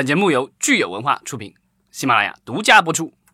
本节目由聚友文化出品，喜马拉雅独家播出。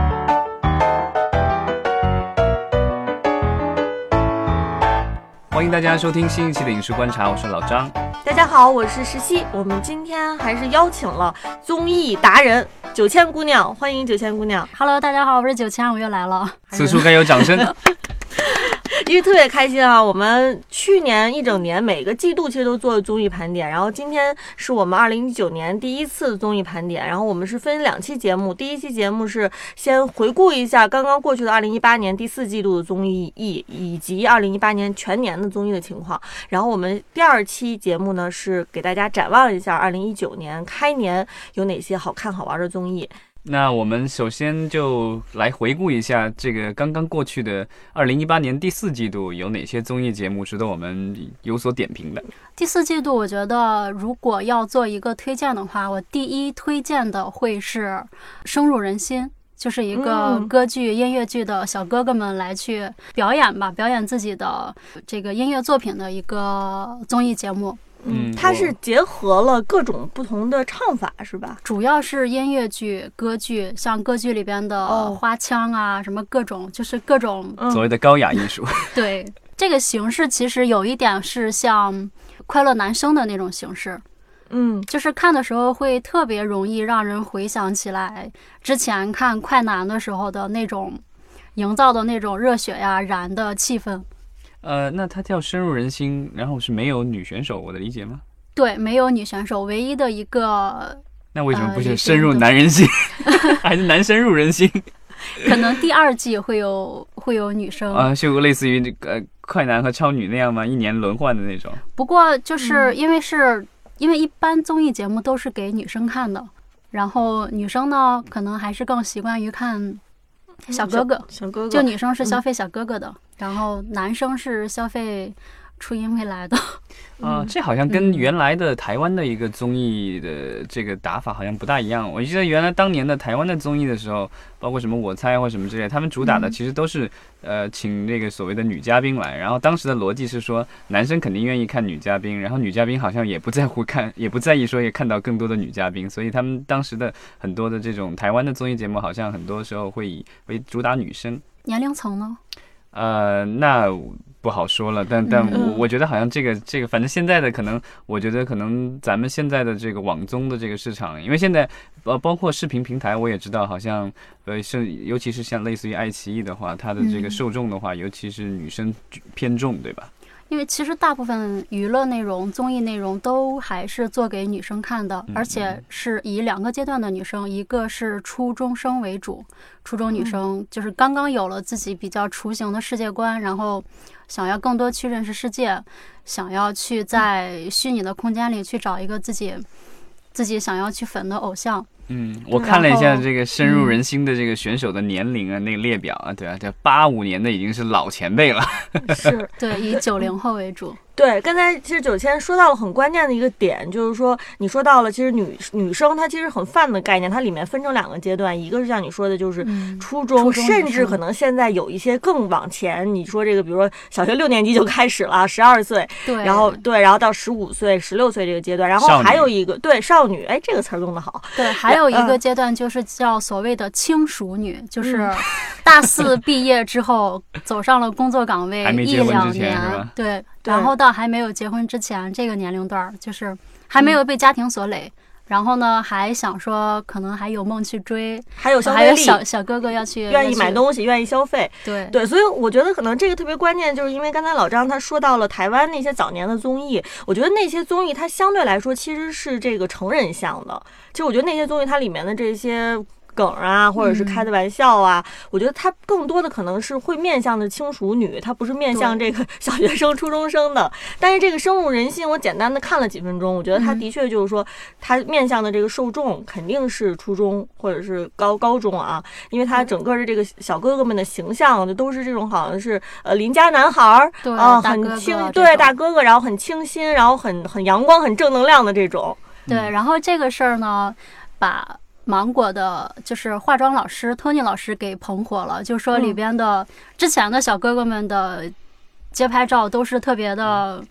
欢迎大家收听新一期的影视观察，我是老张。 大家好，我是石溪。我们今天还是邀请了综艺达人九千姑娘，欢迎九千姑娘。 Hello， 大家好，我是九千，我又来了。 此处该有掌声。 因为特别开心啊！我们去年一整年每个季度其实都做了综艺盘点，然后今天是我们2019年第一次综艺盘点，然后我们是分2期节目，第一期节目是先回顾一下刚刚过去的2018年第4季度的综艺以及2018年全年的综艺的情况，然后我们第2期节目呢是给大家展望一下2019年开年有哪些好看好玩的综艺。 那我们首先就来回顾一下这个刚刚过去的2018年第4季度有哪些综艺节目值得我们有所点评的。 第4季度我觉得如果要做一个推荐的话，我第一推荐的会是深入人心，就是一个歌剧音乐剧的小哥哥们来去表演自己的这个音乐作品的一个综艺节目。 它是结合了各种不同的唱法是吧？ 主要是音乐剧、歌剧，像歌剧里边的花腔啊，什么各种就是各种所谓的高雅艺术。 对，这个形式其实有一点是像快乐男声的那种形式。就是看的时候会特别容易让人回想起来之前看快男的时候的那种营造的那种热血呀、燃的气氛。 那它叫深入人心，然后是没有女选手，我的理解吗？对， 没有女选手，唯一的一个。 那为什么不是深入男人心，还是男生入人心？ 可能第2季会有女生就类似于快男和超女那样吗？1年轮换的那种。 不过就是因为一般综艺节目都是给女生看的，然后女生呢可能还是更习惯于看小哥哥，就女生是消费小哥哥的，然后男生是消费初音未来的。 这好像跟原来的台湾的一个综艺的这个打法好像不大一样。我记得原来当年的台湾的综艺的时候，包括什么我猜或什么之类，他们主打的其实都是请那个所谓的女嘉宾来，然后当时的逻辑是说男生肯定愿意看女嘉宾，然后女嘉宾好像也不在乎看，也不在意说也看到更多的女嘉宾，所以他们当时的很多的这种台湾的综艺节目好像很多时候会以为主打女生。 年龄层呢？ 那不好说了，但我觉得好像这个，反正现在的可能，我觉得可能咱们现在的这个网综的这个市场，因为现在包括视频平台，我也知道好像尤其是像类似于爱奇艺的话，它的这个受众的话，尤其是女生偏重，对吧？ 因为其实大部分娱乐内容、综艺内容都还是做给女生看的，而且是以2个阶段的女生，一个是初中生为主，初中女生就是刚刚有了自己比较雏形的世界观，然后想要更多去认识世界，想要去在虚拟的空间里去找一个自己想要去粉的偶像。 我看了一下这个深入人心的这个选手的年龄啊，那个列表啊，对啊，这85年的已经是老前辈了。 是，对，以90后为主。 对，刚才其实九千说到了很关键的一个点，就是说你说到了，其实女生她其实很泛的概念，它里面分成2个阶段，一个是像你说的，就是初中，甚至可能现在有一些更往前，你说这个，比如说小学6年级就开始了，12岁， 对， 然后到15岁、16岁这个阶段，然后还有一个少女，这个词儿用得好， 对，还有一个阶段就是叫所谓的轻熟女，就是大4毕业之后走上了工作岗位1-2年，对。然后到还没有结婚之前这个年龄段，就是还没有被家庭所累，然后呢还想说可能还有梦去追， 还有消费力， 还有小哥哥要去愿意买东西，愿意消费。对，所以我觉得可能这个特别关键，就是因为刚才老张他说到了台湾那些早年的综艺，我觉得那些综艺它相对来说其实是这个成人向的，其实我觉得那些综艺它里面的这些梗啊，或者是开的玩笑啊，我觉得它更多的可能是会面向的轻熟女，它不是面向这个小学生、初中生的。但是这个深入人心，我简单的看了几分钟，我觉得它的确就是说，它面向的这个受众肯定是初中或者是高中啊，因为它整个的这个小哥哥们的形象就都是这种好像是邻家男孩啊，很清对大哥哥，然后很清新，然后很阳光、很正能量的这种。 对，然后这个事儿呢，把芒果的就是化妆老师托尼老师给捧火了，就说里边的之前的小哥哥们的街拍照都是特别的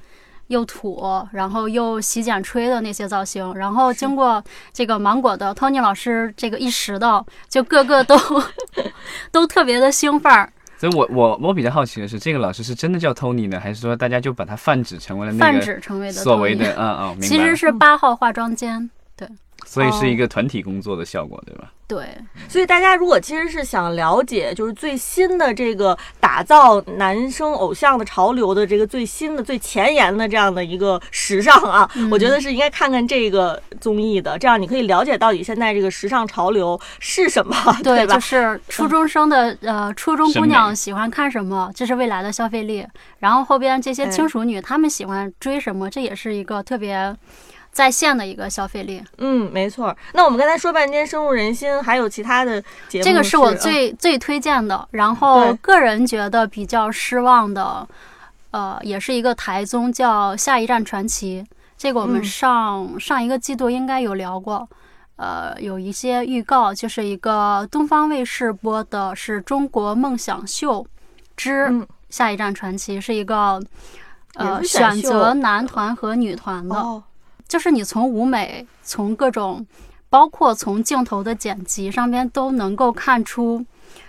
又土，然后又洗剪吹的那些造型，然后经过这个芒果的 Tony 老师这个一拾到，就个个都特别的兴奋儿。 所以我比较好奇的是，这个老师是真的叫 Tony 呢，还是说大家就把他泛指成为了那个所谓的明白？ 其实是8号化妆间，对， 所以是一个团体工作的效果，对吧？ 对， 所以大家如果其实是想了解，就是最新的这个打造男生偶像的潮流的这个最新的、最前沿的这样的一个时尚啊，我觉得是应该看看这个综艺的，这样你可以了解到底现在这个时尚潮流是什么，对吧？ 就是初中生的初中姑娘喜欢看什么，这是未来的消费力。然后后边这些轻熟女，她们喜欢追什么，这也是一个特别在线的一个消费力。 没错。那我们刚才说半天深入人心，还有其他的节目， 这个是我最推荐的。然后个人觉得比较失望的，也是一个台综叫《下一站传奇》，这个我们上一个季度应该有聊过。有一些预告，就是一个东方卫视播的是《中国梦想秀之下一站传奇》，是一个选择男团和女团的。就是你从舞美，从各种，包括从镜头的剪辑上边都能够看出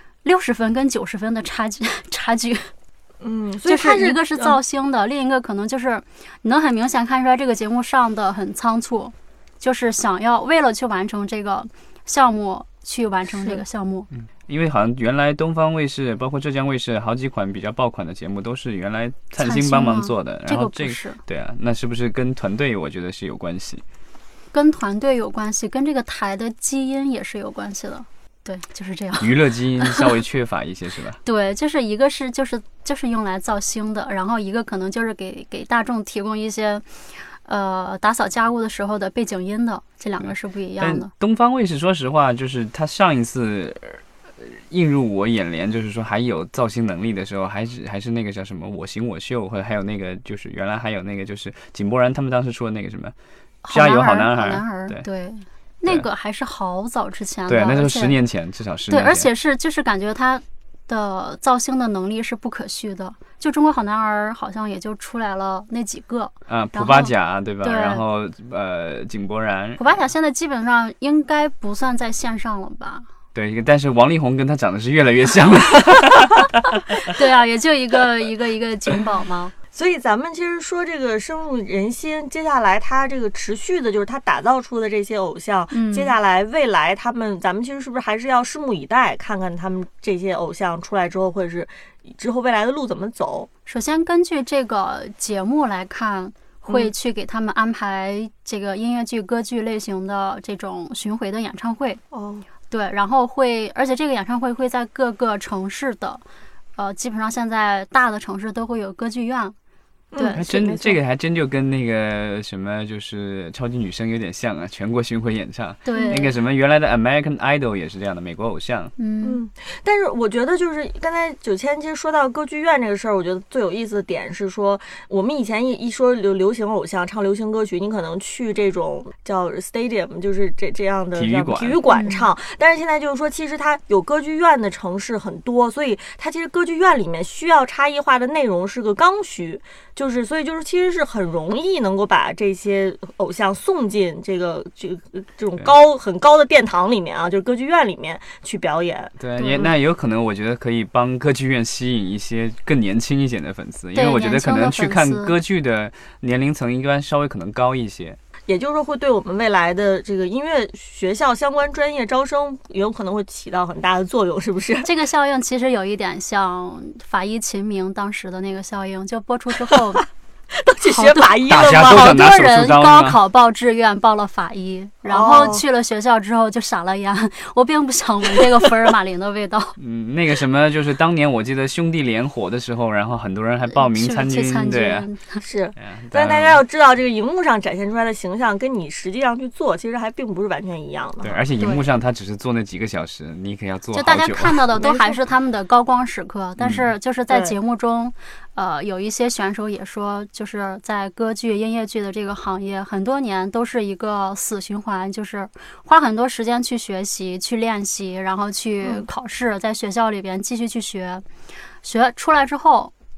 60分跟90分的差距。 所以就是一个是造星的，另一个可能就是你能很明显看出来这个节目上的很仓促，就是想要为了去完成这个项目去完成这个项目。 因为好像原来东方卫视包括浙江卫视好几款比较爆款的节目都是原来灿星帮忙做的，然后这个对啊，那是不是跟团队我觉得是有关系？ 跟团队有关系，跟这个台的基因也是有关系的。对，就是这样。 娱乐基因稍微缺乏一些是吧？ 对，就是一个是就是用来造星的，然后一个可能就是给大众提供一些打扫家务的时候的背景音的，这两个是不一样的。 但东方卫视说实话，就是他上一次映入我眼帘，就是说还有造星能力的时候，还是那个叫什么我行我秀，或者还有那个就是原来还有那个就是井柏然他们当时出的那个什么加油好男孩， 对，那个还是好早之前的， 对，那是10年前，至少10年前。 对，而且就是感觉他的造星的能力是不可续的，就中国好男儿好像也就出来了那几个普巴甲对吧？然后井柏然， 普巴甲现在基本上应该不算在线上了吧？ 对，但是王力宏跟他长得是越来越像了。 对啊，也就一个景宝嘛。 所以咱们其实说这个深入人心，接下来他这个持续的，就是他打造出的这些偶像，接下来未来咱们其实是不是还是要拭目以待，看看他们这些偶像出来之后，或者是之后未来的路怎么走？ 首先根据这个节目来看，会去给他们安排这个音乐剧、歌剧类型的这种巡回的演唱会。对，然后而且这个演唱会会在各个城市的，基本上现在大的城市都会有歌剧院。对， 这个还真就跟那个什么就是超级女声有点像啊，全国巡回演唱。 对， 那个什么原来的 American Idol 也是这样的，美国偶像。 但是我觉得就是刚才9000其实说到歌剧院这个事儿，我觉得最有意思的点是说，我们以前一说流行偶像唱流行歌曲，你可能去这种叫 stadium， 就是这样的体育馆唱，但是现在就是说，其实它有歌剧院的城市很多，所以它其实歌剧院里面需要差异化的内容是个刚需。所以其实是很容易能够把这些偶像送进这种很高的殿堂里面啊，就是歌剧院里面去表演。 对，那有可能我觉得可以帮歌剧院吸引一些更年轻一点的粉丝，因为我觉得可能去看歌剧的年龄层应该稍微可能高一些。 也就是说，会对我们未来的这个音乐学校相关专业招生有可能会起到很大的作用，是不是？ 这个效应其实有一点像法医秦明当时的那个效应，就播出之后都去学法医了吗？ 好多人高考报志愿报了法医，然后去了学校之后就傻了眼，我并不想闻这个福尔马林的味道。 那个什么，就是当年我记得兄弟连火的时候，然后很多人还报名参军，对啊， 是。但大家要知道，这个荧幕上展现出来的形象跟你实际上去做，其实还并不是完全一样的。 对，而且荧幕上他只是做那几个小时，你可要做好久。 就大家看到的都还是他们的高光时刻，但是就是在节目中。有一些选手也说，就是在歌剧、音乐剧的这个行业，很多年都是一个死循环，就是花很多时间去学习、去练习，然后去考试，在学校里边继续去学出来之后，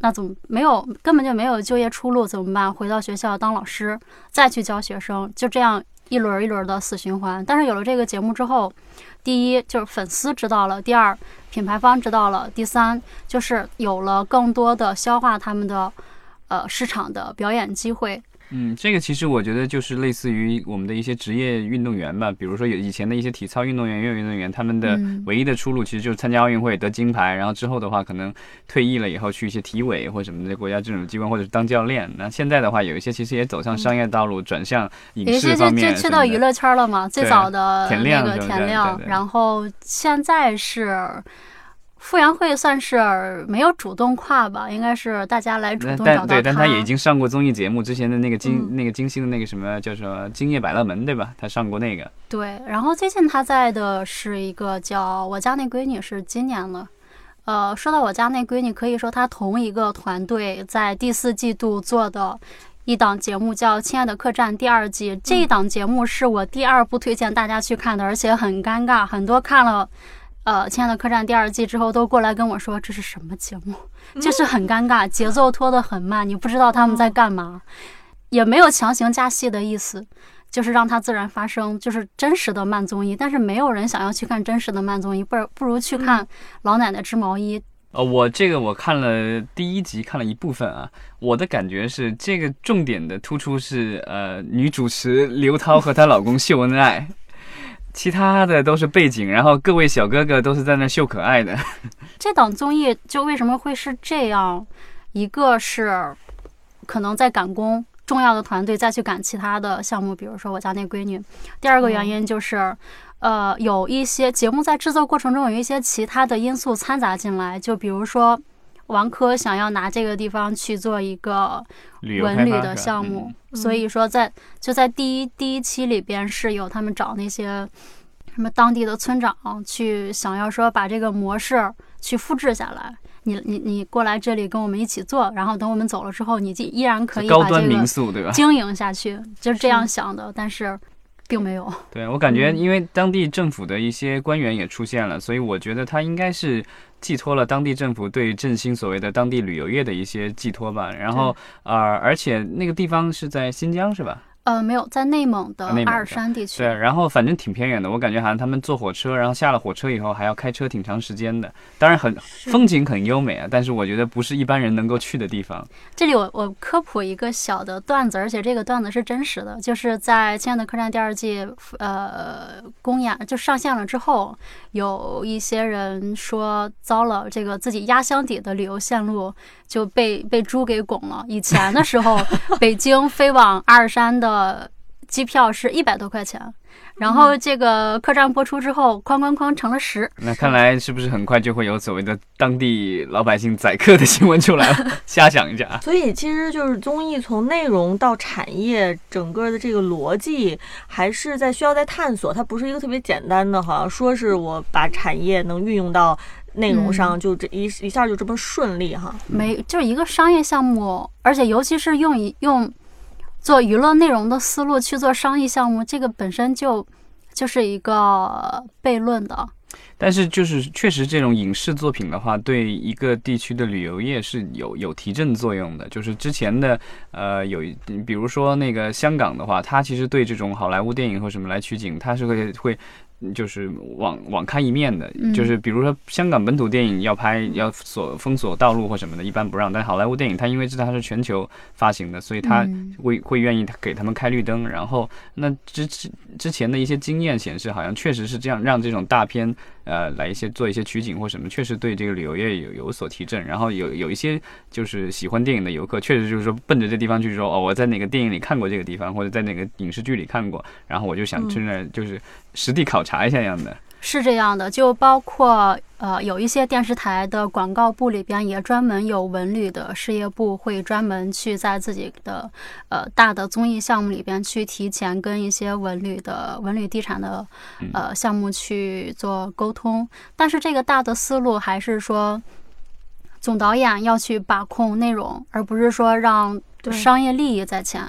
那怎么根本就没有就业出路，怎么办？回到学校当老师，再去教学生，就这样一轮一轮的死循环。但是有了这个节目之后，第一就是粉丝知道了，第二品牌方知道了，第三就是有了更多的消化他们的市场的表演机会。 这个其实我觉得就是类似于我们的一些职业运动员吧，比如说有以前的一些体操运动员、游泳运动员，他们的唯一的出路其实就是参加奥运会得金牌，然后之后的话可能退役了以后去一些体委或什么的国家政府机关，或者是当教练。那现在的话，有一些其实也走向商业道路，转向影视方面， 有一些就去到娱乐圈了嘛。最早的那个田亮， 对， 然后现在是。傅园慧算是没有主动跨吧，应该是大家来主动找到他。 对，但他也已经上过综艺节目，之前的那个金星的那个什么叫什么《今夜百乐门》，对吧？他上过那个。 对，然后最近他在的是一个叫《我家那闺女》，是今年了。说到《我家那闺女》，可以说他同一个团队在第4季度做的一档节目叫《亲爱的客栈》第2季。这一档节目是我第2部推荐大家去看的，而且很尴尬，很多看了。亲爱的客栈第2季之后都过来跟我说这是什么节目，就是很尴尬，节奏拖得很慢，你不知道他们在干嘛，也没有强行加戏的意思，就是让它自然发生，就是真实的慢综艺。但是没有人想要去看真实的慢综艺，不如去看老奶奶织毛衣。 我看了第1集，看了一部分啊。我的感觉是，这个重点的突出是女主持刘涛和她老公秀恩爱。其他的都是背景，然后各位小哥哥都是在那秀可爱的。 这档综艺就为什么会是这样？一个是可能在赶工，重要的团队再去赶其他的项目，比如说我家那闺女。第二个原因就是，有一些节目在制作过程中有一些其他的因素掺杂进来，就比如说王珂想要拿这个地方去做一个文旅的项目，所以说在第一期里边是有他们找那些什么当地的村长去想要说把这个模式去复制下来，你过来这里跟我们一起做，然后等我们走了之后，你依然可以把这个经营下去，就是这样想的，但是并没有。 对，我感觉因为当地政府的一些官员也出现了，所以我觉得他应该是寄托了当地政府对振兴所谓的当地旅游业的一些寄托吧。然后而且那个地方是在新疆是吧？ 没有，在内蒙的阿尔山地区。 对，然后反正挺偏远的，我感觉好像他们坐火车，然后下了火车以后还要开车挺长时间的。当然风景很优美啊，但是我觉得不是一般人能够去的地方。 这里我科普一个小的段子，而且这个段子是真实的，就是在《亲爱的客栈》第2季公演就上线了之后，有一些人说糟了，这个自己压箱底的旅游线路就被猪给拱了。以前的时候，北京飞往阿尔山的机票是100多块钱，然后这个客栈播出之后，哐成了10。 那看来是不是很快就会有所谓的当地老百姓宰客的新闻出来了？瞎想一下。 所以其实就是综艺从内容到产业整个的这个逻辑，还是需要在探索，它不是一个特别简单的，好像说是我把产业能运用到内容上，就这一下就这么顺利哈。 就是一个商业项目，而且尤其是用做娱乐内容的思路去做商业项目，这个本身就是一个悖论的。 但是就是确实这种影视作品的话，对一个地区的旅游业是有提振作用的。就是之前的比如说那个香港的话，它其实对这种好莱坞电影或什么来取景，它是会就是网开一面的，就是比如说香港本土电影要拍要封锁道路或什么的，一般不让。但好莱坞电影它因为知道它是全球发行的，所以它会愿意给他们开绿灯。然后那之前的一些经验显示，好像确实是这样，让这种大片来做一些取景或什么，确实对这个旅游业有所提振。然后有一些就是喜欢电影的游客，确实就是说奔着这地方去说，我在哪个电影里看过这个地方，或者在哪个影视剧里看过，然后我就想去那就是实地考察一下样的。 是这样的，就包括有一些电视台的广告部里边也专门有文旅的事业部，会专门去在自己的大的综艺项目里边去提前跟一些文旅地产的项目去做沟通。但是这个大的思路还是说总导演要去把控内容，而不是说让商业利益在前。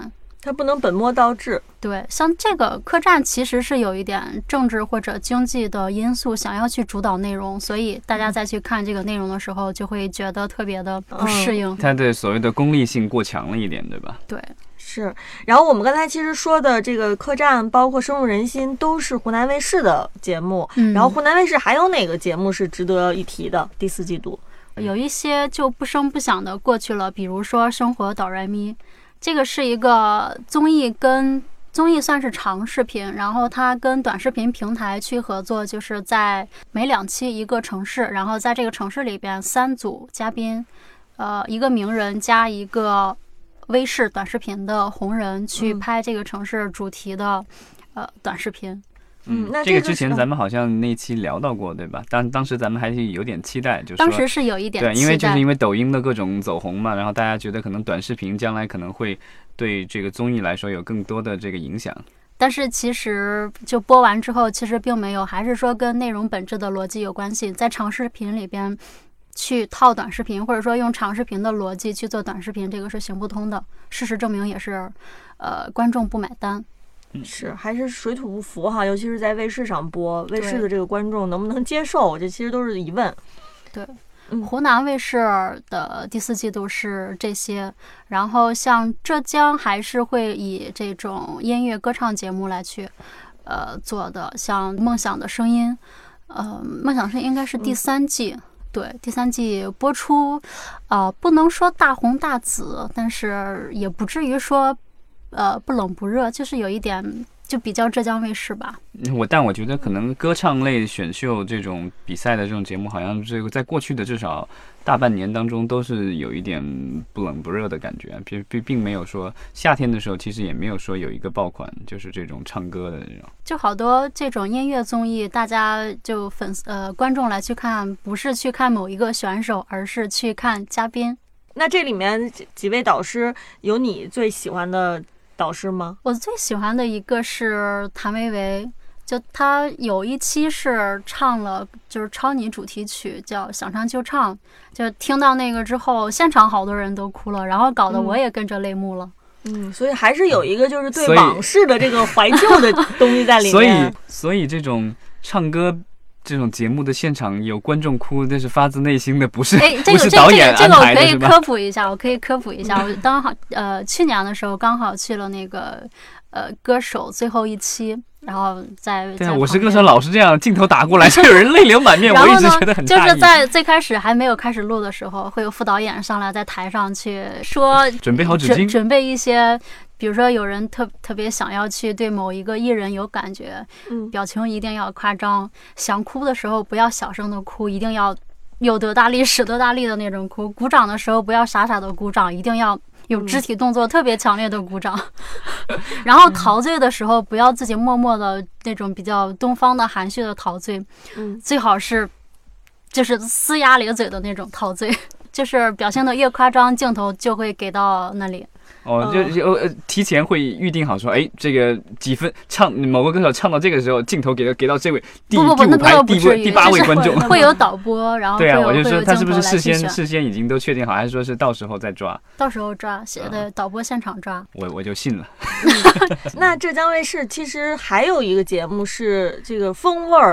它不能本末倒置。 对，像这个客栈其实是有一点政治或者经济的因素想要去主导内容，所以大家再去看这个内容的时候就会觉得特别的不适应。 它的所谓的功利性过强了一点，对吧？ 对。 是，然后我们刚才其实说的这个客栈，包括深入人心，都是湖南卫视的节目。然后湖南卫视还有哪个节目是值得一提的？第4季度有一些就不声不响的过去了，比如说《生活哆来咪》，这个是一个综艺，跟综艺算是长视频，然后它跟短视频平台去合作，就是在每2期一个城市，然后在这个城市里边3组嘉宾，一个名人加一个微视短视频的红人去拍这个城市主题的短视频。 那这个之前咱们好像那期聊到过，对吧？当时咱们还是有点期待，就是当时是有一点期待， 对，因为抖音的各种走红嘛，然后大家觉得可能短视频将来可能会对这个综艺来说有更多的这个影响。 但是其实就播完之后，其实并没有，还是说跟内容本质的逻辑有关系，在长视频里边去套短视频，或者说用长视频的逻辑去做短视频，这个是行不通的。事实证明也是，观众不买单。 是还是水土不服哈，尤其是在卫视上播，卫视的这个观众能不能接受，这其实都是疑问。 对，湖南卫视的第4季度是这些，然后像浙江还是会以这种音乐歌唱节目来去做的，像《梦想的声音》，梦想声音应该是第3季。对，第3季播出，不能说大红大紫，但是也不至于说不冷不热，就是有一点就比较浙江卫视吧。 但我觉得可能歌唱类选秀这种比赛的这种节目，好像这个在过去的至少大半年当中都是有一点不冷不热的感觉，并没有说夏天的时候其实也没有说有一个爆款就是这种唱歌的这种。 就好多这种音乐综艺，大家就观众来去看，不是去看某一个选手，而是去看嘉宾。 那这里面几位导师有你最喜欢的导师吗？ 我最喜欢的一个是谭维维，就他有一期是唱了就是超女主题曲叫想唱就唱，就听到那个之后现场好多人都哭了，然后搞得我也跟着泪目了。 所以还是有一个就是对往事的这个怀旧的东西在里面。 所以这种唱歌这种节目的现场有观众哭，那是发自内心的，不是导演安排的， 这个我可以科普一下。我刚好去年的时候刚好去了那个歌手最后一期，然后对啊，我是歌手老是这样，镜头打过来就有人泪流满面，我一直觉得很诧异。 就是在最开始还没有开始录的时候，会有副导演上来在台上去说， 准备好纸巾， 准备一些。比如说有人特别想要去对某一个艺人有感觉，表情一定要夸张，想哭的时候不要小声的哭，一定要有得大力使得大力的那种哭，鼓掌的时候不要傻傻的鼓掌，一定要有肢体动作特别强烈的鼓掌，然后陶醉的时候不要自己默默的那种比较东方的含蓄的陶醉，最好是就是呲牙咧嘴的那种陶醉，就是表现的越夸张，镜头就会给到那里。 就提前会预定好说，哎，这个几分唱某个歌手唱到这个时候，镜头给到这位第5排第8位观众， 会有导播，然后对啊，我就说他是不是事先已经都确定好，还是说是到时候再抓？ 到时候抓，写的导播现场抓， 我就信了。 那浙江卫视其实还有一个节目是这个风味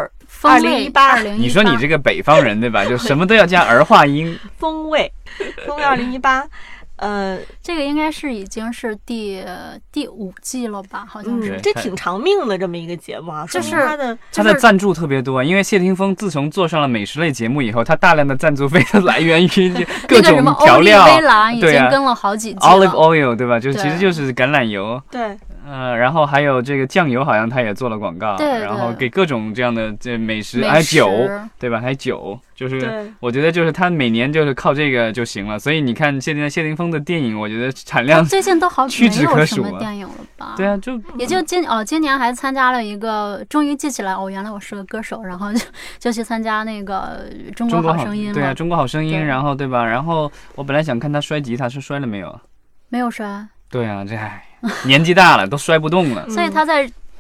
2018， 你说你这个北方人对吧？就什么都要加儿化音。 风味2018。 这个应该是已经是第5季了吧，好像是。 这挺长命的这么一个节目啊， 就是他的赞助特别多，因为谢霆锋自从做上了美食类节目以后，他大量的赞助费都来源于各种调料， 那个什么欧丽薇兰已经跟了好几季了 ，Olive Oil 对吧？其实就是橄榄油。 对。 然后还有这个酱油，好像他也做了广告， 对， 然后给各种这样的这美食，还有酒，对吧？还有酒，就是我觉得就是他每年就是靠这个就行了。所以你看谢霆锋的电影，我觉得产量最近都好屈指可数没有什么电影了吧？ 对啊， 也就今年还参加了一个，终于记起来原来我是个歌手，然后就去参加那个中国好声音了。 对啊，中国好声音，然后对吧？然后我本来想看他摔吉他，是摔了没有？ 没有摔。 对啊，这年纪大了都摔不动了。 所以他在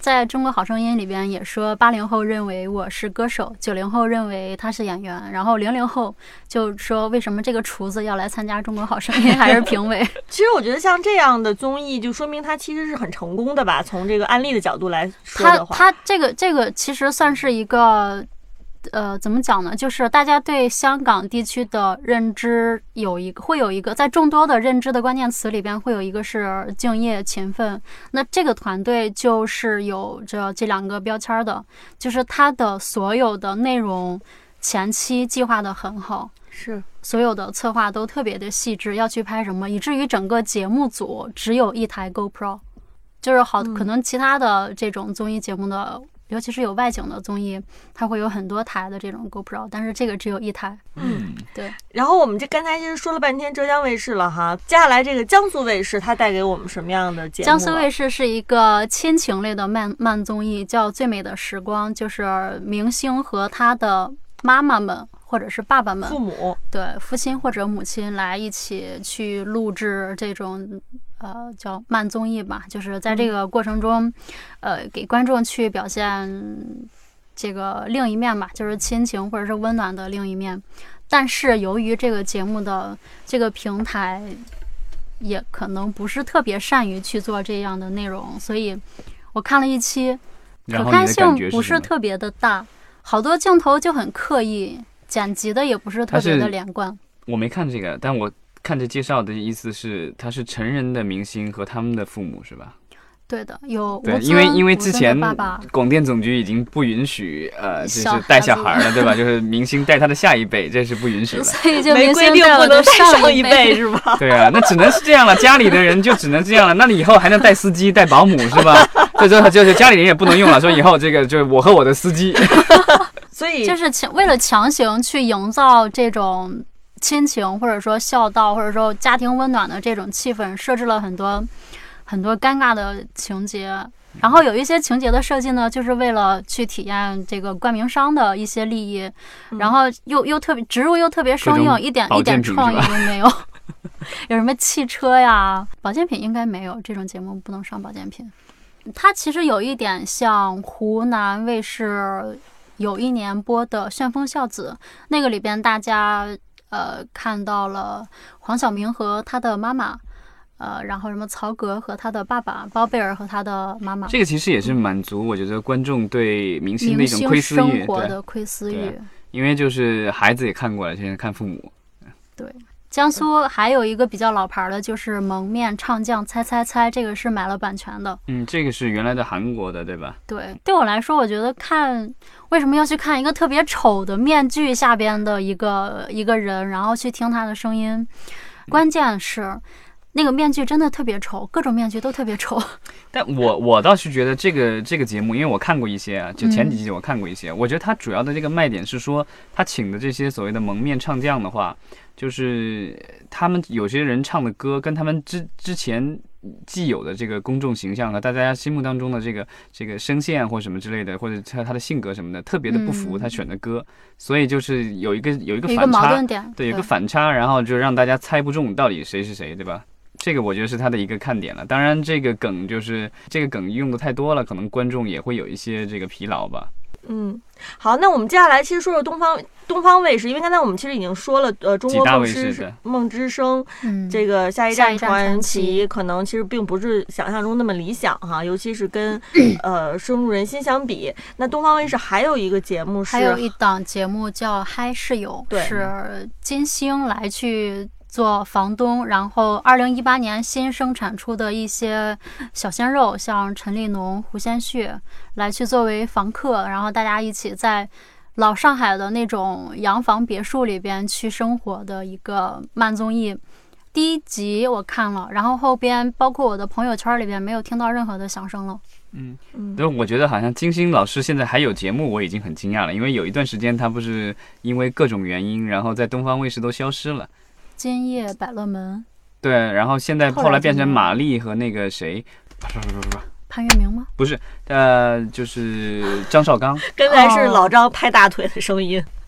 在中国好声音里边也说，80后认为我是歌手，90后认为他是演员，然后00后就说为什么这个厨子要来参加中国好声音还是评委。 其实我觉得像这样的综艺，就说明它其实是很成功的吧。从这个案例的角度来说的话， 它这个其实算是一个。怎么讲呢？就是大家对香港地区的认知会有一个，在众多的认知的关键词里边，会有一个是敬业勤奋。那这个团队就是有这两个标签的，就是它的所有的内容前期计划的很好， 是所有的策划都特别的细致，要去拍什么，以至于整个节目组只有一台 GoPro， 就是可能其他的这种综艺节目的。尤其是有外景的综艺，它会有很多台的这种 GoPro， 但是这个只有一台。对。 然后我们刚才其实说了半天浙江卫视了哈，接下来这个江苏卫视它带给我们什么样的节目？ 江苏卫视是一个亲情类的慢综艺，叫《最美的时光》，就是明星和他的妈妈们或者是爸爸们、 父母， 对，父亲或者母亲来一起去录制这种。叫慢综艺吧，就是在这个过程中，给观众去表现这个另一面吧，就是亲情或者是温暖的另一面。但是由于这个节目的这个平台也可能不是特别善于去做这样的内容，所以我看了一期，可看性不是特别的大，好多镜头就很刻意，剪辑的也不是特别的连贯。 我没看这个，但我看着介绍的意思是，他是成人的明星和他们的父母是吧？ 对的，有对，因为之前广电总局已经不允许就是带小孩了，对吧？就是明星带他的下一辈，这是不允许的。 所以就没规定不能带上一辈是吧？ 对啊，那只能是这样了，家里的人就只能这样了。那你以后还能带司机、带保姆是吧？就是家里人也不能用了，说以后这个就是我和我的司机。 所以就是为了强行去营造这种。亲情或者说孝道或者说家庭温暖的这种气氛，设置了很多尴尬的情节，然后有一些情节的设计呢，就是为了去体验这个冠名商的一些利益，然后又特别植入又特别生硬，一点创意都没有。有什么汽车呀，保健品应该没有，这种节目不能上保健品。它其实有一点像湖南卫视有一年播的《旋风孝子》，那个里边大家。看到了黄晓明和他的妈妈，然后什么曹格和他的爸爸，包贝尔和他的妈妈。 这个其实也是满足我觉得观众对明星的一种窥私欲， 生活的窥私欲。 因为就是孩子也看过了，现在看父母。 对，江苏还有一个比较老牌的，就是蒙面唱将猜猜猜，这个是买了版权的。 这个是原来的韩国的，对吧？ 对，对我来说，我觉得为什么要去看一个特别丑的面具下边的一个人，然后去听他的声音？关键是那个面具真的特别丑，各种面具都特别丑。 但我倒是觉得这个节目，因为我看过一些啊，就前几集我看过一些，我觉得它主要的这个卖点是说，他请的这些所谓的蒙面唱将的话，就是他们有些人唱的歌跟他们之前既有的这个公众形象和大家心目当中的这个声线或什么之类的，或者他的性格什么的特别的不符他选的歌，所以就是有一个反差， 矛盾点， 对，有一个反差，然后就让大家猜不中到底谁是谁，对吧？这个我觉得是他的一个看点了。当然这个梗用的太多了，可能观众也会有一些这个疲劳吧。 好，那我们接下来其实说说东方卫视，因为刚才我们其实已经说了，中国梦之声，这个下一站传奇可能其实并不是想象中那么理想哈，尤其是跟深入人心相比。那东方卫视还有一个节目还有一档节目叫《嗨室友》，是金星来去做房东，然后2018年新生产出的一些小鲜肉，像陈立农、胡先煦来去作为房客，然后大家一起在老上海的那种洋房别墅里边去生活的一个慢综艺。第一集我看了，然后后边包括我的朋友圈里边没有听到任何的响声了。 我觉得好像金星老师现在还有节目，我已经很惊讶了，因为有一段时间他不是因为各种原因，然后在东方卫视都消失了。 今夜百乐门， 对，然后现在后来变成马丽和那个谁， 潘粤明吗？ 不是，就是张绍刚。 刚才是老张拍大腿的声音。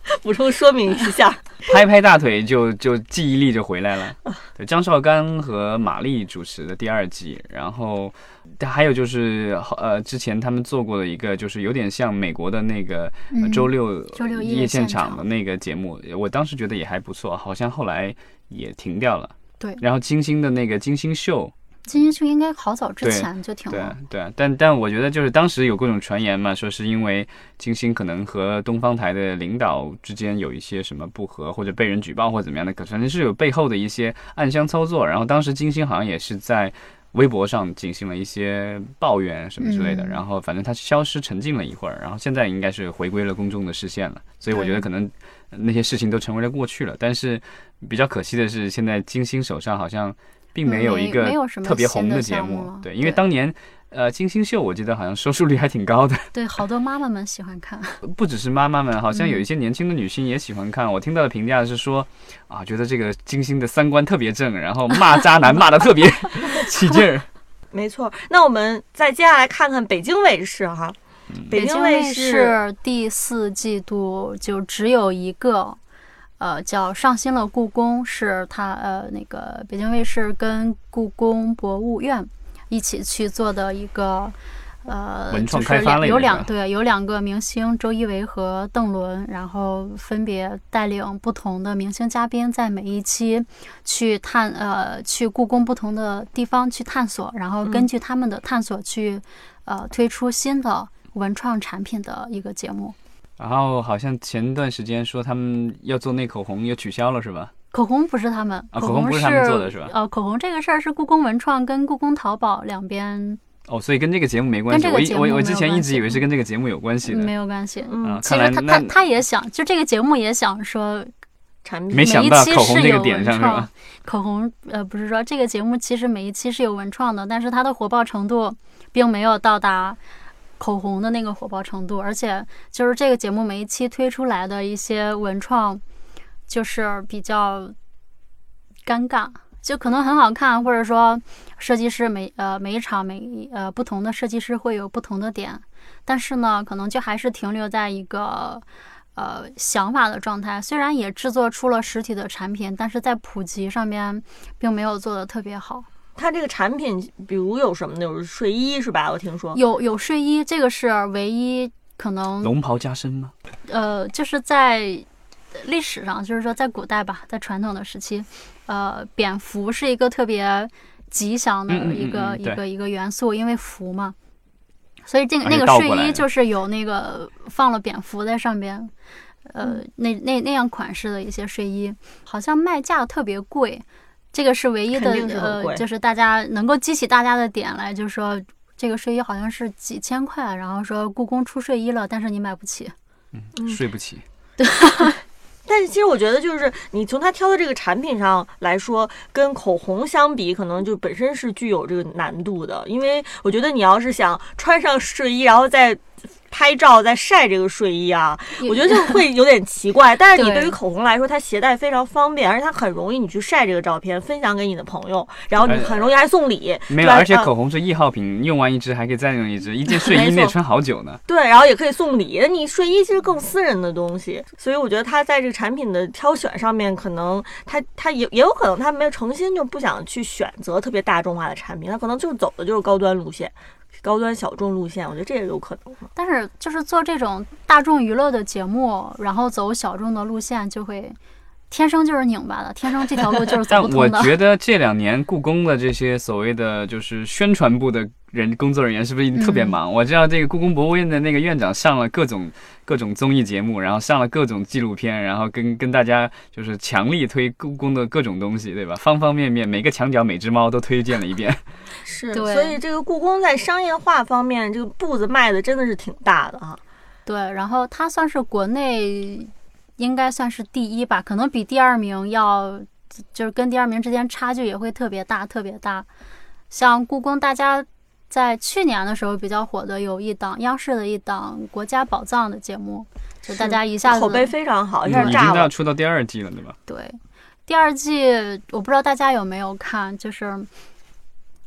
补充说明一下， 拍拍大腿就记忆力就回来了。对，张绍刚和马丽主持的第2季，然后还有就是之前他们做过的一个，就是有点像美国的那个周六夜现场的那个节目，我当时觉得也还不错，好像后来也停掉了。 对， 然后金星的那个金星秀。 金星秀应该好早之前就停了。 对，但我觉得就是当时有各种传言嘛，说是因为金星可能和东方台的领导之间有一些什么不和，或者被人举报或者怎么样的，反正是有背后的一些暗箱操作。然后当时金星好像也是在微博上进行了一些抱怨什么之类的，然后反正他消失沉静了一会儿，然后现在应该是回归了公众的视线了。所以我觉得可能那些事情都成为了过去了。但是比较可惜的是，现在金星手上好像并没有一个特别红的节目，对，因为当年金星秀我记得好像收视率还挺高的， 对，好多妈妈们喜欢看， 不只是妈妈们，好像有一些年轻的女性也喜欢看。我听到的评价是说觉得这个金星的3观特别正，然后骂渣男骂得特别起劲儿。 没错，那我们再接下来看看北京卫视哈， 北京卫视第4季度就只有一个。叫上新了故宫，是他那个北京卫视跟故宫博物院一起去做的一个文创开发类的，有两个明星周一围和邓伦，然后分别带领不同的明星嘉宾，在每一期去去故宫不同的地方去探索，然后根据他们的探索去推出新的文创产品的一个节目。 然后好像前段时间说他们要做那口红又取消了是吧？ 口红不是他们， 口红不是他们做的是吧？ 口红这个事儿是故宫文创跟故宫淘宝两边。 所以跟这个节目没关系。我之前一直以为是跟这个节目有关系的。 没有关系。 其实他也想，就这个节目也想说， 产品没想到口红这个点上是吧？ 口红不是说这个节目其实每一期是有文创的，但是它的火爆程度并没有到达口红的那个火爆程度，而且就是这个节目每一期推出来的一些文创就是比较尴尬，就可能很好看，或者说设计师每一场不同的设计师会有不同的点，但是呢可能就还是停留在一个想法的状态，虽然也制作出了实体的产品，但是在普及上面并没有做得特别好。 它这个产品比如有什么呢？有睡衣是吧？我听说有睡衣，这个是唯一可能。 龙袍加身吗？ 就是在历史上，就是说在古代吧，在传统的时期，蝙蝠是一个特别吉祥的一个元素，因为福嘛，所以那个睡衣就是有那个放了蝙蝠在上边，那样款式的一些睡衣，好像卖价特别贵。这个是唯一的就是大家能够激起大家的点来，就是说这个睡衣好像是几千块，然后说故宫出睡衣了，但是你买不起， 睡不起。 对。 但是其实我觉得，就是你从他挑的这个产品上来说，跟口红相比，可能就本身是具有这个难度的，因为我觉得你要是想穿上睡衣，然后再拍照再晒这个睡衣啊，我觉得就会有点奇怪。但是你对于口红来说，它携带非常方便，而且它很容易你去晒这个照片，分享给你的朋友，然后你很容易还送礼。 没有，而且口红是易耗品，用完一支还可以再用一支，一件睡衣内穿好久呢。 对，然后也可以送礼。你睡衣其实更私人的东西，所以我觉得它在这个产品的挑选上面，可能它也有可能它没有诚心就不想去选择特别大众化的产品，它可能就是走的就是高端路线。高端小众路线，我觉得这也有可能。 但是就是做这种大众娱乐的节目，然后走小众的路线，就会天生就是拧巴的，天生这条路就是走不通的。 但我觉得这2年故宫的这些所谓的就是宣传部的工作人员是不是特别忙？我知道这个故宫博物院的那个院长上了各种综艺节目，然后上了各种纪录片，然后跟大家就是强力推故宫的各种东西，对吧？方方面面，每个墙角每只猫都推荐了一遍。 是，所以这个故宫在商业化方面，这个步子迈的真的是挺大的哈。 对，然后它算是国内应该算是第1吧，可能比第2名就是跟第2名之间差距也会特别大。像故宫，大家在去年的时候比较火的有央视的一档国家宝藏的节目，就大家一下子口碑非常好，一下已经要出到第2季了，对吧？ 对，第2季我不知道大家有没有看，就是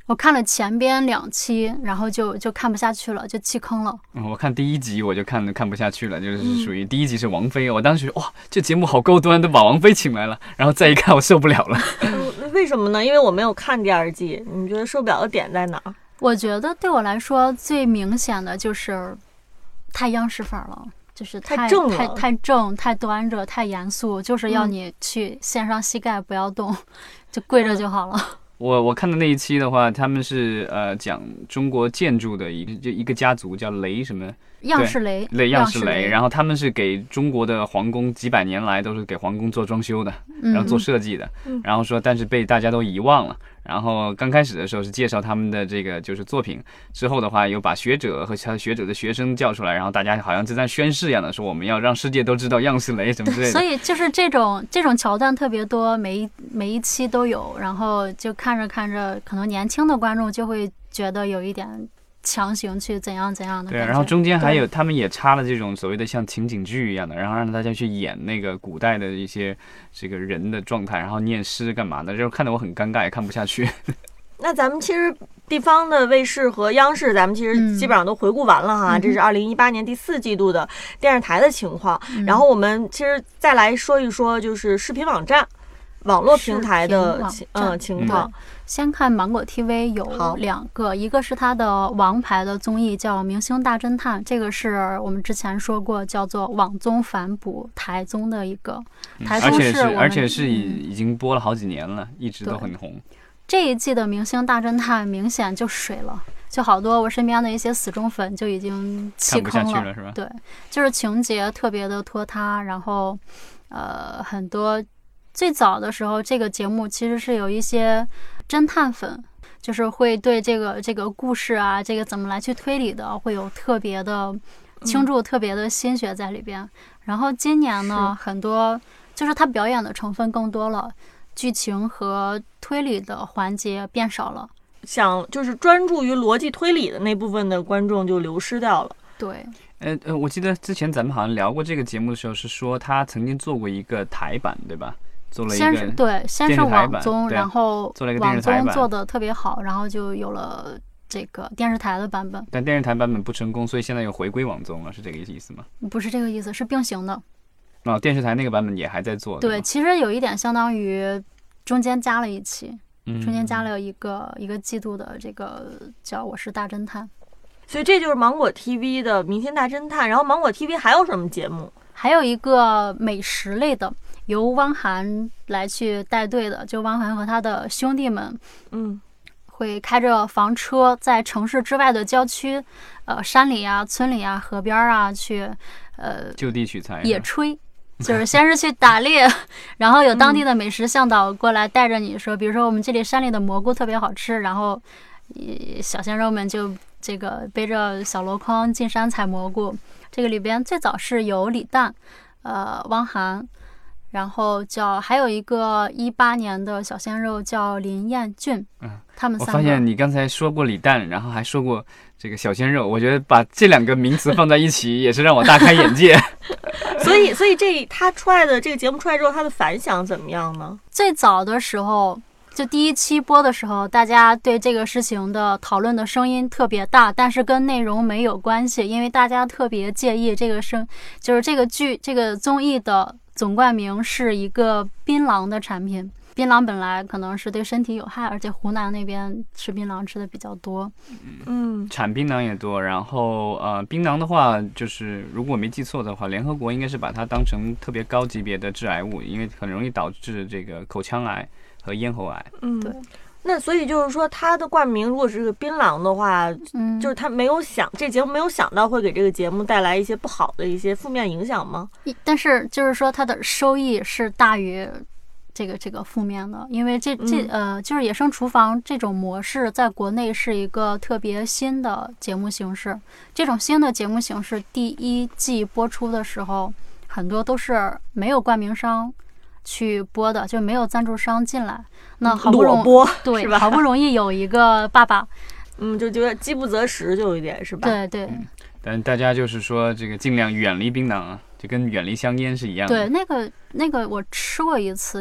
我看了前边2期，然后就看不下去了，就弃坑了。 我看第1集我就看不下去了，就是属于第1集是王菲，我当时哇，这节目好高端，都把王菲请来了，然后再一看我受不了了。 为什么呢？因为我没有看第2季，你觉得受不了的点在哪？ 我觉得对我来说最明显的就是太央视范儿了。就是太正、太端着、太严肃，就是要你去献上膝盖，不要动，就跪着就好了。 我看的那一期的话，他们是讲中国建筑的一个家族叫雷什么。 样式雷， 样式雷，然后他们是给中国的皇宫几百年来都是给皇宫做装修的，然后做设计的，然后说但是被大家都遗忘了。然后刚开始的时候是介绍他们的这个就是作品，之后的话又把学者和他学者的学生叫出来，然后大家好像就在宣誓一样的说我们要让世界都知道样式雷什么之类的。 所以就是这种桥段特别多，每一期都有，然后就看着看着，可能年轻的观众就会觉得有一点强行去怎样的。 对，然后中间还有他们也插了这种所谓的像情景剧一样的，然后让大家去演那个古代的一些这个人的状态，然后念诗干嘛的，就看得我很尴尬，也看不下去。 那咱们其实地方的卫视和央视，咱们其实基本上都回顾完了哈。这是2018年第4季度的电视台的情况。然后我们其实再来说一说，就是视频网站、网络平台的情况。 先看芒果 TV 有2个，一个是它的王牌的综艺叫《明星大侦探》，这个是我们之前说过叫做网综反哺台综的一个。台综而且是已经播了好几年了，一直都很红。 这一季的《明星大侦探》明显就水了，就好多我身边的一些死忠粉就已经弃坑了， 看不下去了是吧？ 对，就是情节特别的拖沓，然后很多最早的时候这个节目其实是有一些侦探粉，就是会对这个故事啊，这个怎么来去推理的，会有特别的倾注特别的心血在里边。然后今年呢，很多就是他表演的成分更多了，剧情和推理的环节变少了， 就是专注于逻辑推理的那部分的观众就流失掉了。 对。 我记得之前咱们好像聊过这个节目的时候，是说他曾经做过一个台版，对吧？做了一个先是网综，然后做了一个电视台版， 网综做的特别好，然后就有了这个电视台的版本。 但电视台版本不成功，所以现在又回归网综了，是这个意思吗？ 不是这个意思，是并行的。 电视台那个版本也还在做。 对，其实有一点相当于中间加了一期，中间加了一个季度的这个叫《我是大侦探》。 所以这就是芒果 TV 的《明星大侦探》。然后芒果 TV 还有什么节目？ 还有一个美食类的，由汪涵来去带队的，就汪涵和他的兄弟们，会开着房车在城市之外的郊区，山里啊、村里啊、河边啊去， 就地取材野炊，就是先是去打猎，然后有当地的美食向导过来带着你说，比如说我们这里山里的蘑菇特别好吃，然后小鲜肉们就这个背着小箩筐进山采蘑菇。这个里边最早是有李诞，汪涵，然后还有一个18年的小鲜肉叫林彦俊，他们3个。 我发现你刚才说过李诞，然后还说过这个小鲜肉，我觉得把这2个名词放在一起也是让我大开眼界。 所以他出来的这个节目出来之后，他的反响怎么样呢？ 最早的时候，就第1期播的时候，大家对这个事情的讨论的声音特别大，但是跟内容没有关系，因为大家特别介意就是这个剧这个综艺的总冠名是一个槟榔的产品。槟榔本来可能是对身体有害，而且湖南那边吃槟榔吃的比较多， 产槟榔也多。然后槟榔的话，就是如果我没记错的话，联合国应该是把它当成特别高级别的致癌物，因为很容易导致这个口腔癌和咽喉癌。 对。 那所以就是说，它的冠名如果是个槟榔的话，就是他这节目没有想到会给这个节目带来一些不好的一些负面影响吗？ 但是就是说，它的收益是大于这个负面的，因为就是野生厨房这种模式在国内是一个特别新的节目形式。这种新的节目形式第1季播出的时候，很多都是没有冠名商去播的，就没有赞助商进来。那好不容易对，好不容易有一个爸爸， 就觉得饥不择食，就有一点是吧？ 对。 但大家就是说这个尽量远离槟榔啊，就跟远离香烟是一样的。 对，那个我吃过一次，就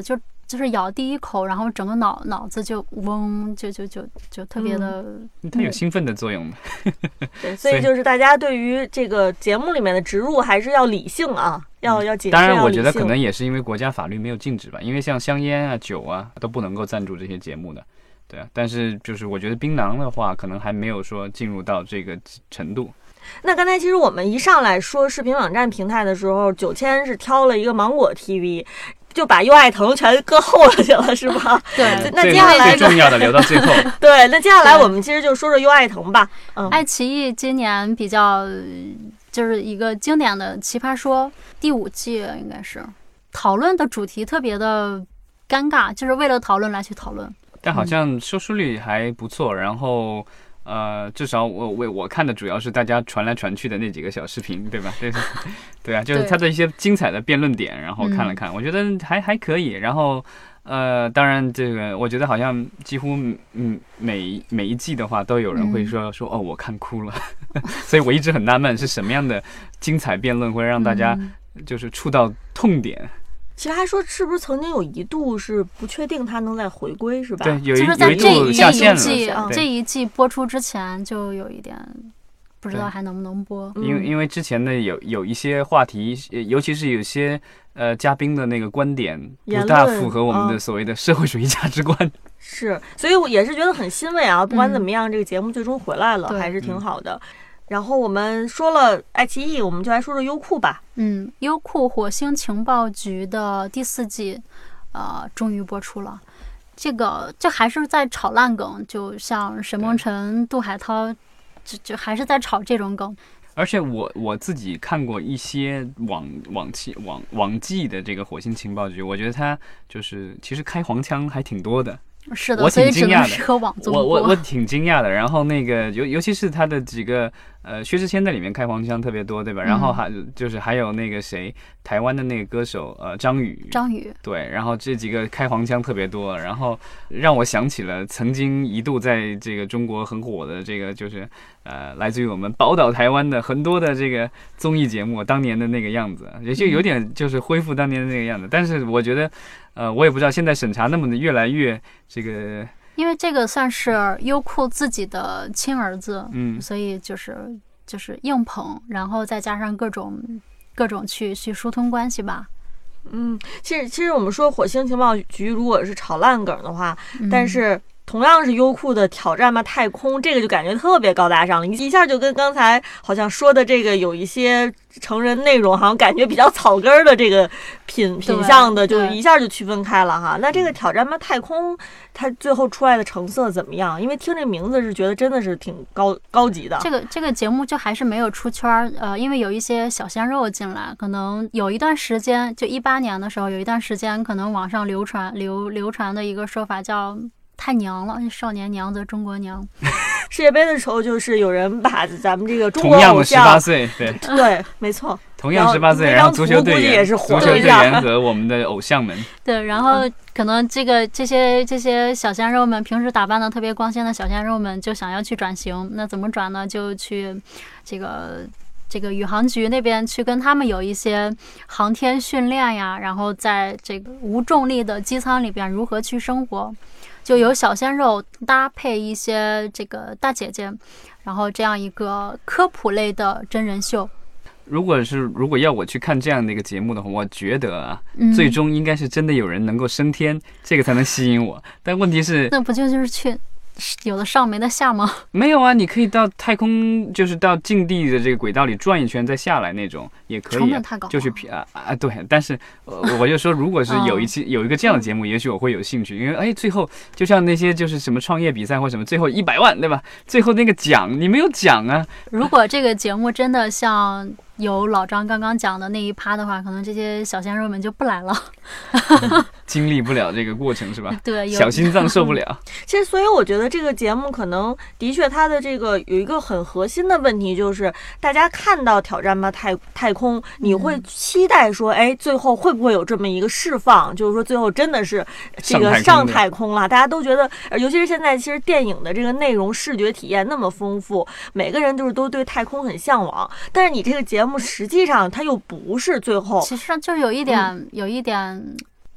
就是咬第一口，然后整个脑子就嗡，就特别的， 它有兴奋的作用的。 对，所以就是大家对于这个节目里面的植入还是要理性啊，要谨慎。 当然，我觉得可能也是因为国家法律没有禁止吧，因为像香烟啊、酒啊都不能够赞助这些节目的。对啊，但是就是我觉得槟榔的话，可能还没有说进入到这个程度。 那刚才其实我们一上来说视频网站平台的时候，9000是挑了一个芒果 TV。就把优爱腾全搁后了去了，是吧？ 对， 那接下来最重要的留到最后。 对，那接下来我们其实就说说优爱腾吧。 爱奇艺今年比较就是一个经典的奇葩说第5季，应该是讨论的主题特别的尴尬，就是为了讨论来去讨论。 但好像收视率还不错，然后。至少我看的主要是大家传来传去的那几个小视频，对吧？对啊，就是他的一些精彩的辩论点，然后看了看，我觉得还可以。然后当然这个我觉得好像几乎每一季的话都有人会说哦我看哭了，所以我一直很纳闷是什么样的精彩辩论会让大家就是触到痛点。 其实还说是不是曾经有一度是不确定他能再回归，是吧？ 对， 就是在这一季播出之前就有一点不知道还能不能播。 因为之前的有一些话题，尤其是有些嘉宾的那个观点不大符合我们的所谓的社会主义价值观。 是，所以我也是觉得很欣慰啊！不管怎么样，这个节目最终回来了，还是挺好的。然后我们说了爱奇艺，我们就来说说优酷吧。 优酷火星情报局的第4季，终于播出了。这还是在炒烂梗，就像沈梦辰、杜海涛，就还是在炒这种梗。 而且我自己看过一些往季的这个火星情报局，我觉得它就是其实开黄腔还挺多的。 是的，所以只能适合网综播。 我挺惊讶的。然后那个尤其是他的几个薛之谦在里面开黄腔特别多，对吧？然后还有那个谁，台湾的那个歌手张宇，对，然后这几个开黄腔特别多，然后让我想起了曾经一度在这个中国很火的这个就是来自于我们宝岛台湾的很多的这个综艺节目当年的那个样子，也就有点就是恢复当年的那个样子。但是我觉得我也不知道现在审查那么的越来越这个， 因为这个算是优酷自己的亲儿子，所以就是硬捧，然后再加上各种去疏通关系吧。 其实我们说火星情报局如果是炒烂梗的话，但是同样是优酷的挑战吧太空，这个就感觉特别高大上了，一下就跟刚才好像说的这个有一些成人内容好像感觉比较草根的这个品相的，就一下就区分开了哈。那这个挑战吧太空它最后出来的成色怎么样？因为听这名字是觉得真的是挺高级的。 这个节目就还是没有出圈，因为有一些小鲜肉进来，可能有一段时间，就18年的时候有一段时间，可能网上流传的一个说法叫太娘了，少年娘则中国娘。 世界杯的时候，就是有人把咱们这个中国偶像， 同样的18岁， 对，没错， 同样18岁，然后足球队员和我们的偶像们， 对，然后可能这些小鲜肉们平时打扮的特别光鲜的小鲜肉们就想要去转型，那怎么转呢？就去这个宇航局那边去跟他们有一些航天训练呀，然后在这个无重力的机舱里边如何去生活。就有小鲜肉搭配一些这个大姐姐，然后这样一个科普类的真人秀。 如果要我去看这样的一个节目的话，我觉得最终应该是真的有人能够升天，这个才能吸引我。但问题是， 那不就是去有的上没得下吗？ 没有啊，你可以到太空，就是到近地的这个轨道里转一圈再下来那种也可以， 成本太高， 就是对。但是我就说，如果是有一个这样的节目，也许我会有兴趣，因为最后就像那些就是什么创业比赛或什么，最后100万对吧？最后那个奖你没有奖啊。 如果这个节目真的像有老张刚刚讲的那一趴的话，可能这些小鲜肉们就不来了。 经历不了这个过程是吧？ 对， 小心脏受不了。 其实，所以我觉得这个节目可能的确它的这个有一个很核心的问题，就是大家看到挑战吧太空，你会期待说，最后会不会有这么一个释放？就是说最后真的是这个上太空了，大家都觉得，尤其是现在其实电影的这个内容视觉体验那么丰富，每个人就是都对太空很向往，但是你这个节目实际上它又不是最后， 其实上就有一点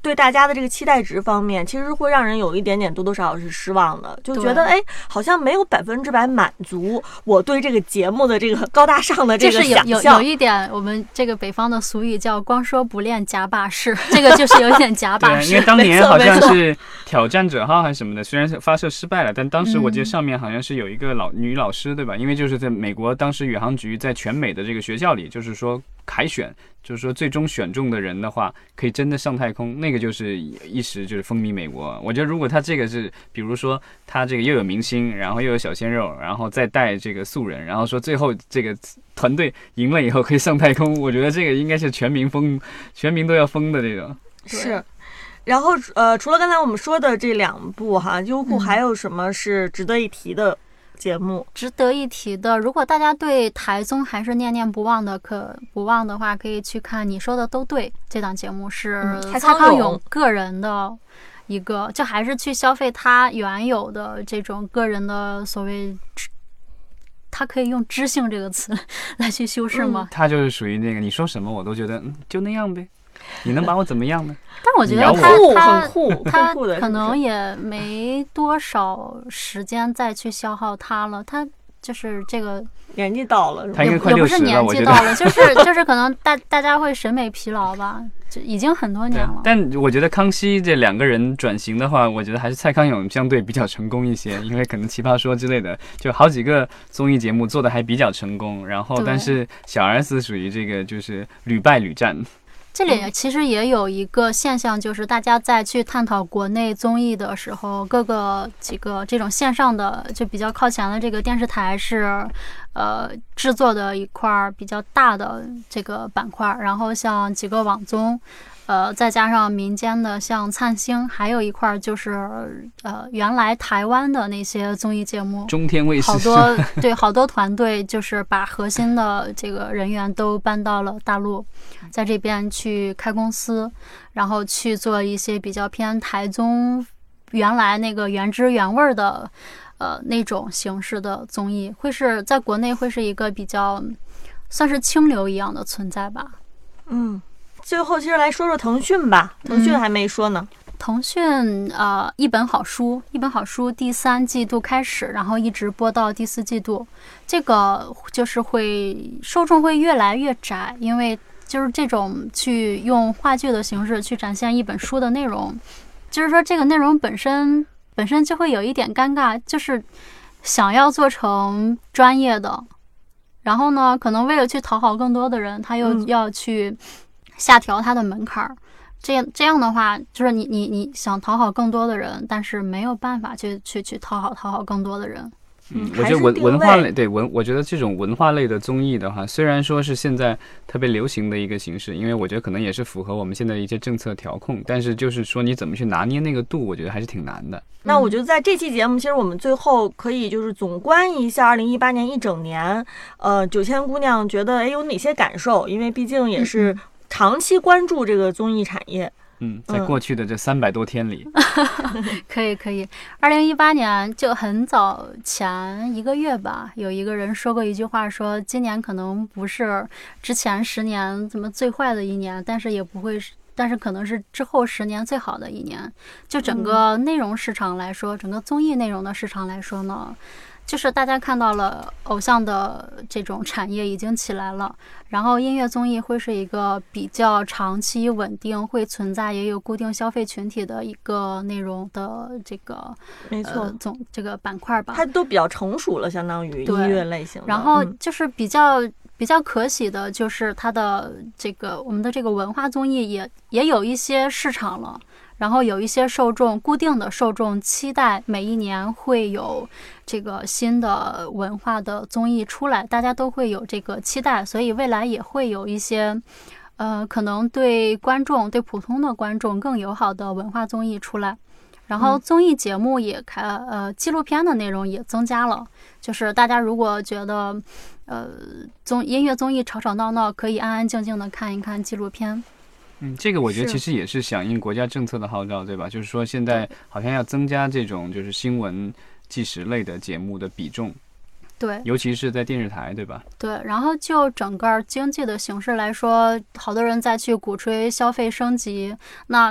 对大家的这个期待值方面，其实会让人有一点点多多少少是失望的，就觉得好像没有100%满足我对这个节目的这个高大上的这个想象。 就是有一点，我们这个北方的俗语叫"光说不练假把式"，这个就是有一点假把式。 对，因为当年好像是挑战者号还是什么的，虽然是发射失败了，但当时我记得上面好像是有一个女老师，对吧？因为就是在美国，当时宇航局在全美的这个学校里，就是说海选，就是说最终选中的人的话，可以真的上太空，那个就是一时就是风靡美国。我觉得如果他这个是，比如说他这个又有明星，然后又有小鲜肉，然后再带这个素人，然后说最后这个团队赢了以后可以上太空，我觉得这个应该是全民都要疯的这种。 是。然后除了刚才我们说的这2部哈，优酷还有什么是值得一提的节目？ 值得一提的，如果大家对台综还是念念不忘的话，可以去看你说的都对，这档节目是蔡康永个人的一个，就还是去消费他原有的这种个人的所谓，他可以用知性这个词来去修饰吗？ 他就是属于那个你说什么我都觉得就那样呗，你能把我怎么样呢？ 但我觉得他可能也没多少时间再去消耗他了，他就是这个年纪到了， 他应该快60了， 也不是年纪到了，就是可能大家会审美疲劳吧，就已经很多年了。 但我觉得康熙这2个人转型的话，我觉得还是蔡康永相对比较成功一些，因为可能奇葩说之类的，就好几个综艺节目做的还比较成功，然后但是小 S 属于这个就是屡败屡战。 这里其实也有一个现象，就是大家在去探讨国内综艺的时候，几个这种线上的就比较靠前的这个电视台是制作的一块比较大的这个板块，然后像几个网综再加上民间的像灿星，还有一块就是原来台湾的那些综艺节目， 中天卫视好多团队就是把核心的这个人员都搬到了大陆，在这边去开公司，然后去做一些比较偏台综原来那个原汁原味的那种形式的综艺，会是在国内会是一个比较算是清流一样的存在吧。 最后其实来说说腾讯吧，腾讯还没说呢。 腾讯一本好书第3季度开始，然后一直播到第4季度，这个就是受众会越来越窄，因为就是这种去用话剧的形式去展现一本书的内容，就是说这个内容本身就会有一点尴尬，就是想要做成专业的，然后呢可能为了去讨好更多的人，他又要去下调它的门槛，这样的话，就是你想讨好更多的人，但是没有办法去讨好更多的人。 我觉得文化类我觉得这种文化类的综艺的话，虽然说是现在特别流行的一个形式，因为我觉得可能也是符合我们现在的一些政策调控，但是就是说你怎么去拿捏那个度，我觉得还是挺难的。 那我觉得在这期节目，其实我们最后可以就是总观一下2018年一整年，九千姑娘觉得有哪些感受？因为毕竟也是长期关注这个综艺产业。 在过去的这300多天里， 可以，2018年就很早前1个月吧，有一个人说过一句话，说今年可能不是之前10年怎么最坏的一年，但是可能是之后10年最好的一年。就整个内容市场来说，整个综艺内容的市场来说呢，就是大家看到了偶像的这种产业已经起来了，然后音乐综艺会是一个比较长期稳定，会存在也有固定消费群体的一个内容的这个没错这个板块吧， 它都比较成熟了，相当于音乐类型的。 然后就是比较可喜的就是它的这个我们的这个文化综艺也有一些市场了。然后有一些固定的受众期待每一年会有这个新的文化的综艺出来，大家都会有这个期待，所以未来也会有一些可能对普通的观众更友好的文化综艺出来。然后综艺节目也纪录片的内容也增加了，就是大家如果觉得音乐综艺吵吵闹闹，可以安安静静的看一看纪录片。 这个我觉得其实也是响应国家政策的号召，对吧？就是说现在好像要增加这种就是新闻纪实类的节目的比重， 对， 尤其是在电视台，对吧？ 对，然后就整个经济的形势来说，好多人在去鼓吹消费升级，那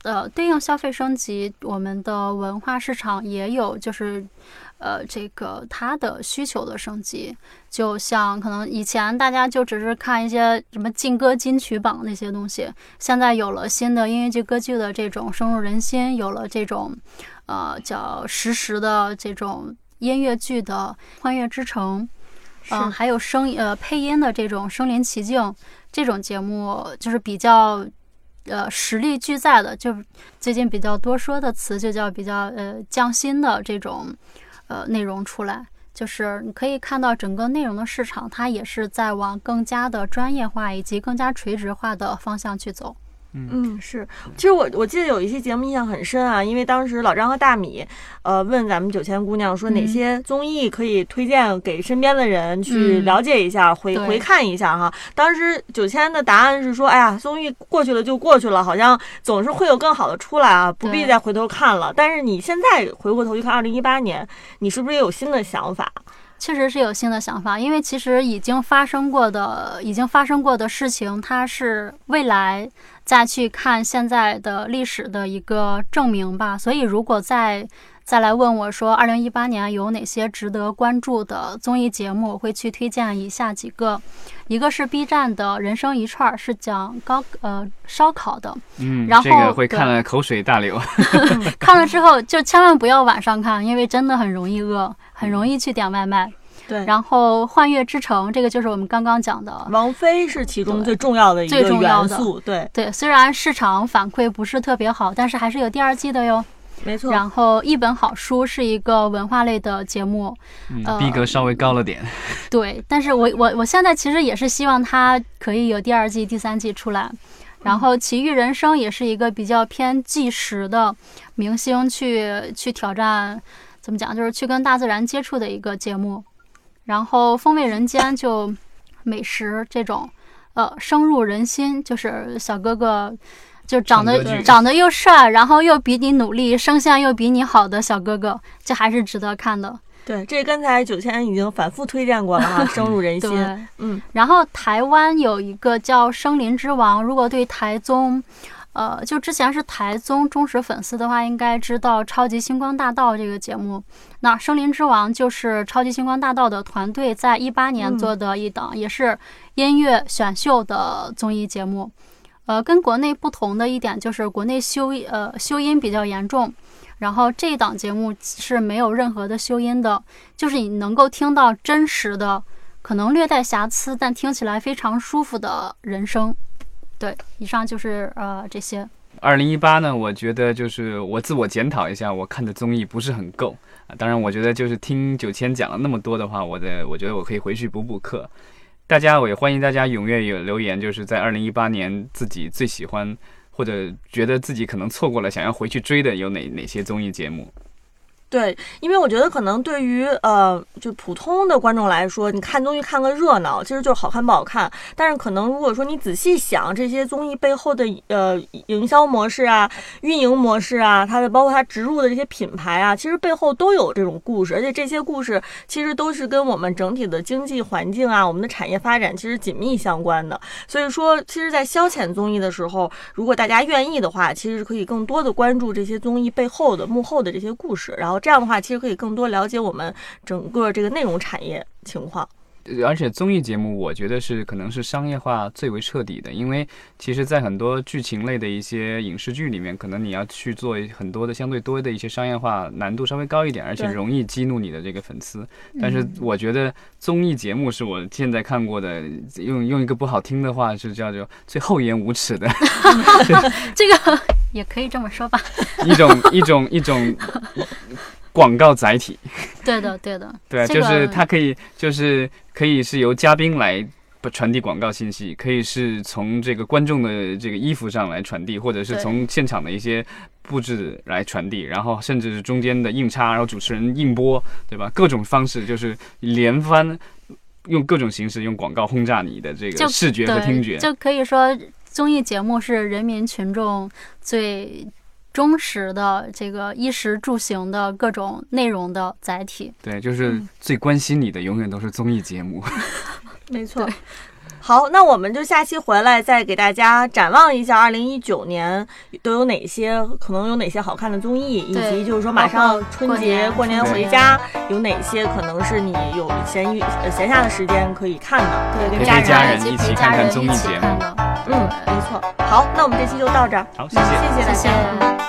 对应消费升级，我们的文化市场也有就是这个它的需求的升级。就像可能以前大家就只是看一些什么劲歌金曲榜那些东西，现在有了新的音乐剧歌剧的这种深入人心，有了这种叫实时的这种音乐剧的幻乐之城，还有配音的这种身临其境这种节目，就是比较实力俱在的，就最近比较多说的词就叫比较匠心的这种内容出来。就是你可以看到整个内容的市场，它也是在往更加的专业化以及更加垂直化的方向去走。 是。其实我记得有一期节目印象很深啊，因为当时老张和大米问咱们9000姑娘说哪些综艺可以推荐给身边的人去了解一下，回看一下哈。当时9000的答案是说，哎呀，综艺过去了就过去了，好像总是会有更好的出来啊，不必再回头看了。但是你现在回过头去看2018年，你是不是也有新的想法？ 确实是有新的想法，因为其实已经发生过的事情，它是未来再去看现在的历史的一个证明吧。所以如果再来问我说2018年有哪些值得关注的综艺节目，我会去推荐以下几个。一个是 B 站的人生一串，是讲烧烤的，然后这个会看了口水大流。 看了之后就千万不要晚上看，因为真的很容易饿，很容易去点外卖。 对， 然后幻乐之城，这个就是我们刚刚讲的， 王菲是其中最重要的一个元素。对， 虽然市场反馈不是特别好，但是还是有第2季的哟。 没错。 然后一本好书是一个文化类的节目， 逼格稍微高了点。 对，但是我现在其实也是希望它可以有第2季、第3季出来。然后奇遇人生也是一个比较偏纪实的明星去挑战，怎么讲，就是去跟大自然接触的一个节目。然后风味人间就美食这种，深入人心，就是小哥哥就长得又帅，然后又比你努力，声线又比你好的小哥哥，这还是值得看的。 对，这刚才9000已经反复推荐过了哈，深入人心。 对，然后台湾有一个叫《声林之王》，如果对台综，就之前是台综忠实粉丝的话，应该知道《超级星光大道》这个节目。那《声林之王》就是《超级星光大道》的团队在18年做的一档，也是音乐选秀的综艺节目。跟国内不同的一点就是国内修音比较严重，然后这一档节目是没有任何的修音的，就是你能够听到真实的，可能略带瑕疵，但听起来非常舒服的人声。对，以上就是这些。 2018呢，我觉得就是我自我检讨一下，我看的综艺不是很够啊。当然，我觉得就是听9000讲了那么多的话，我觉得我可以回去补课。大家，我也欢迎大家踊跃留言，就是在2018年自己最喜欢或者觉得自己可能错过了想要回去追的有哪些综艺节目。 对，因为我觉得可能对于就普通的观众来说，你看综艺看个热闹，其实就是好看不好看。但是可能如果说你仔细想这些综艺背后的营销模式啊、运营模式啊，它的包括它植入的这些品牌啊，其实背后都有这种故事，而且这些故事其实都是跟我们整体的经济环境啊、我们的产业发展其实紧密相关的。所以说，其实在消遣综艺的时候，如果大家愿意的话，其实是可以更多的关注这些综艺背后的幕后的这些故事，然后这样的话其实可以更多了解我们整个这个内容产业情况。 而且综艺节目我觉得可能是商业化最为彻底的，因为其实在很多剧情类的一些影视剧里面，可能你要去做很多的相对多的一些商业化，难度稍微高一点，而且容易激怒你的这个粉丝。但是我觉得综艺节目是我现在看过的，用一个不好听的话是叫做最厚颜无耻的这个也可以这么说吧， 一种广告载体。 对的， 对，就是它可以是由嘉宾来传递广告信息，可以是从这个观众的这个衣服上来传递，或者是从现场的一些布置来传递，然后甚至是中间的硬插，然后主持人硬播，对吧？各种方式就是连番用各种形式用广告轰炸你的这个视觉和听觉， 就可以说综艺节目是人民群众最忠实的这个衣食住行的各种内容的载体。 对，就是最关心你的永远都是综艺节目。 没错。 好，那我们就下期回来再给大家展望一下2019年都有哪些，可能有哪些好看的综艺，以及就是说马上春节过年回家有哪些可能是你有闲下的时间可以看的， 对， 跟家人一起看看综艺节目。 没错。好，那我们这期就到这儿。 好，谢谢大家。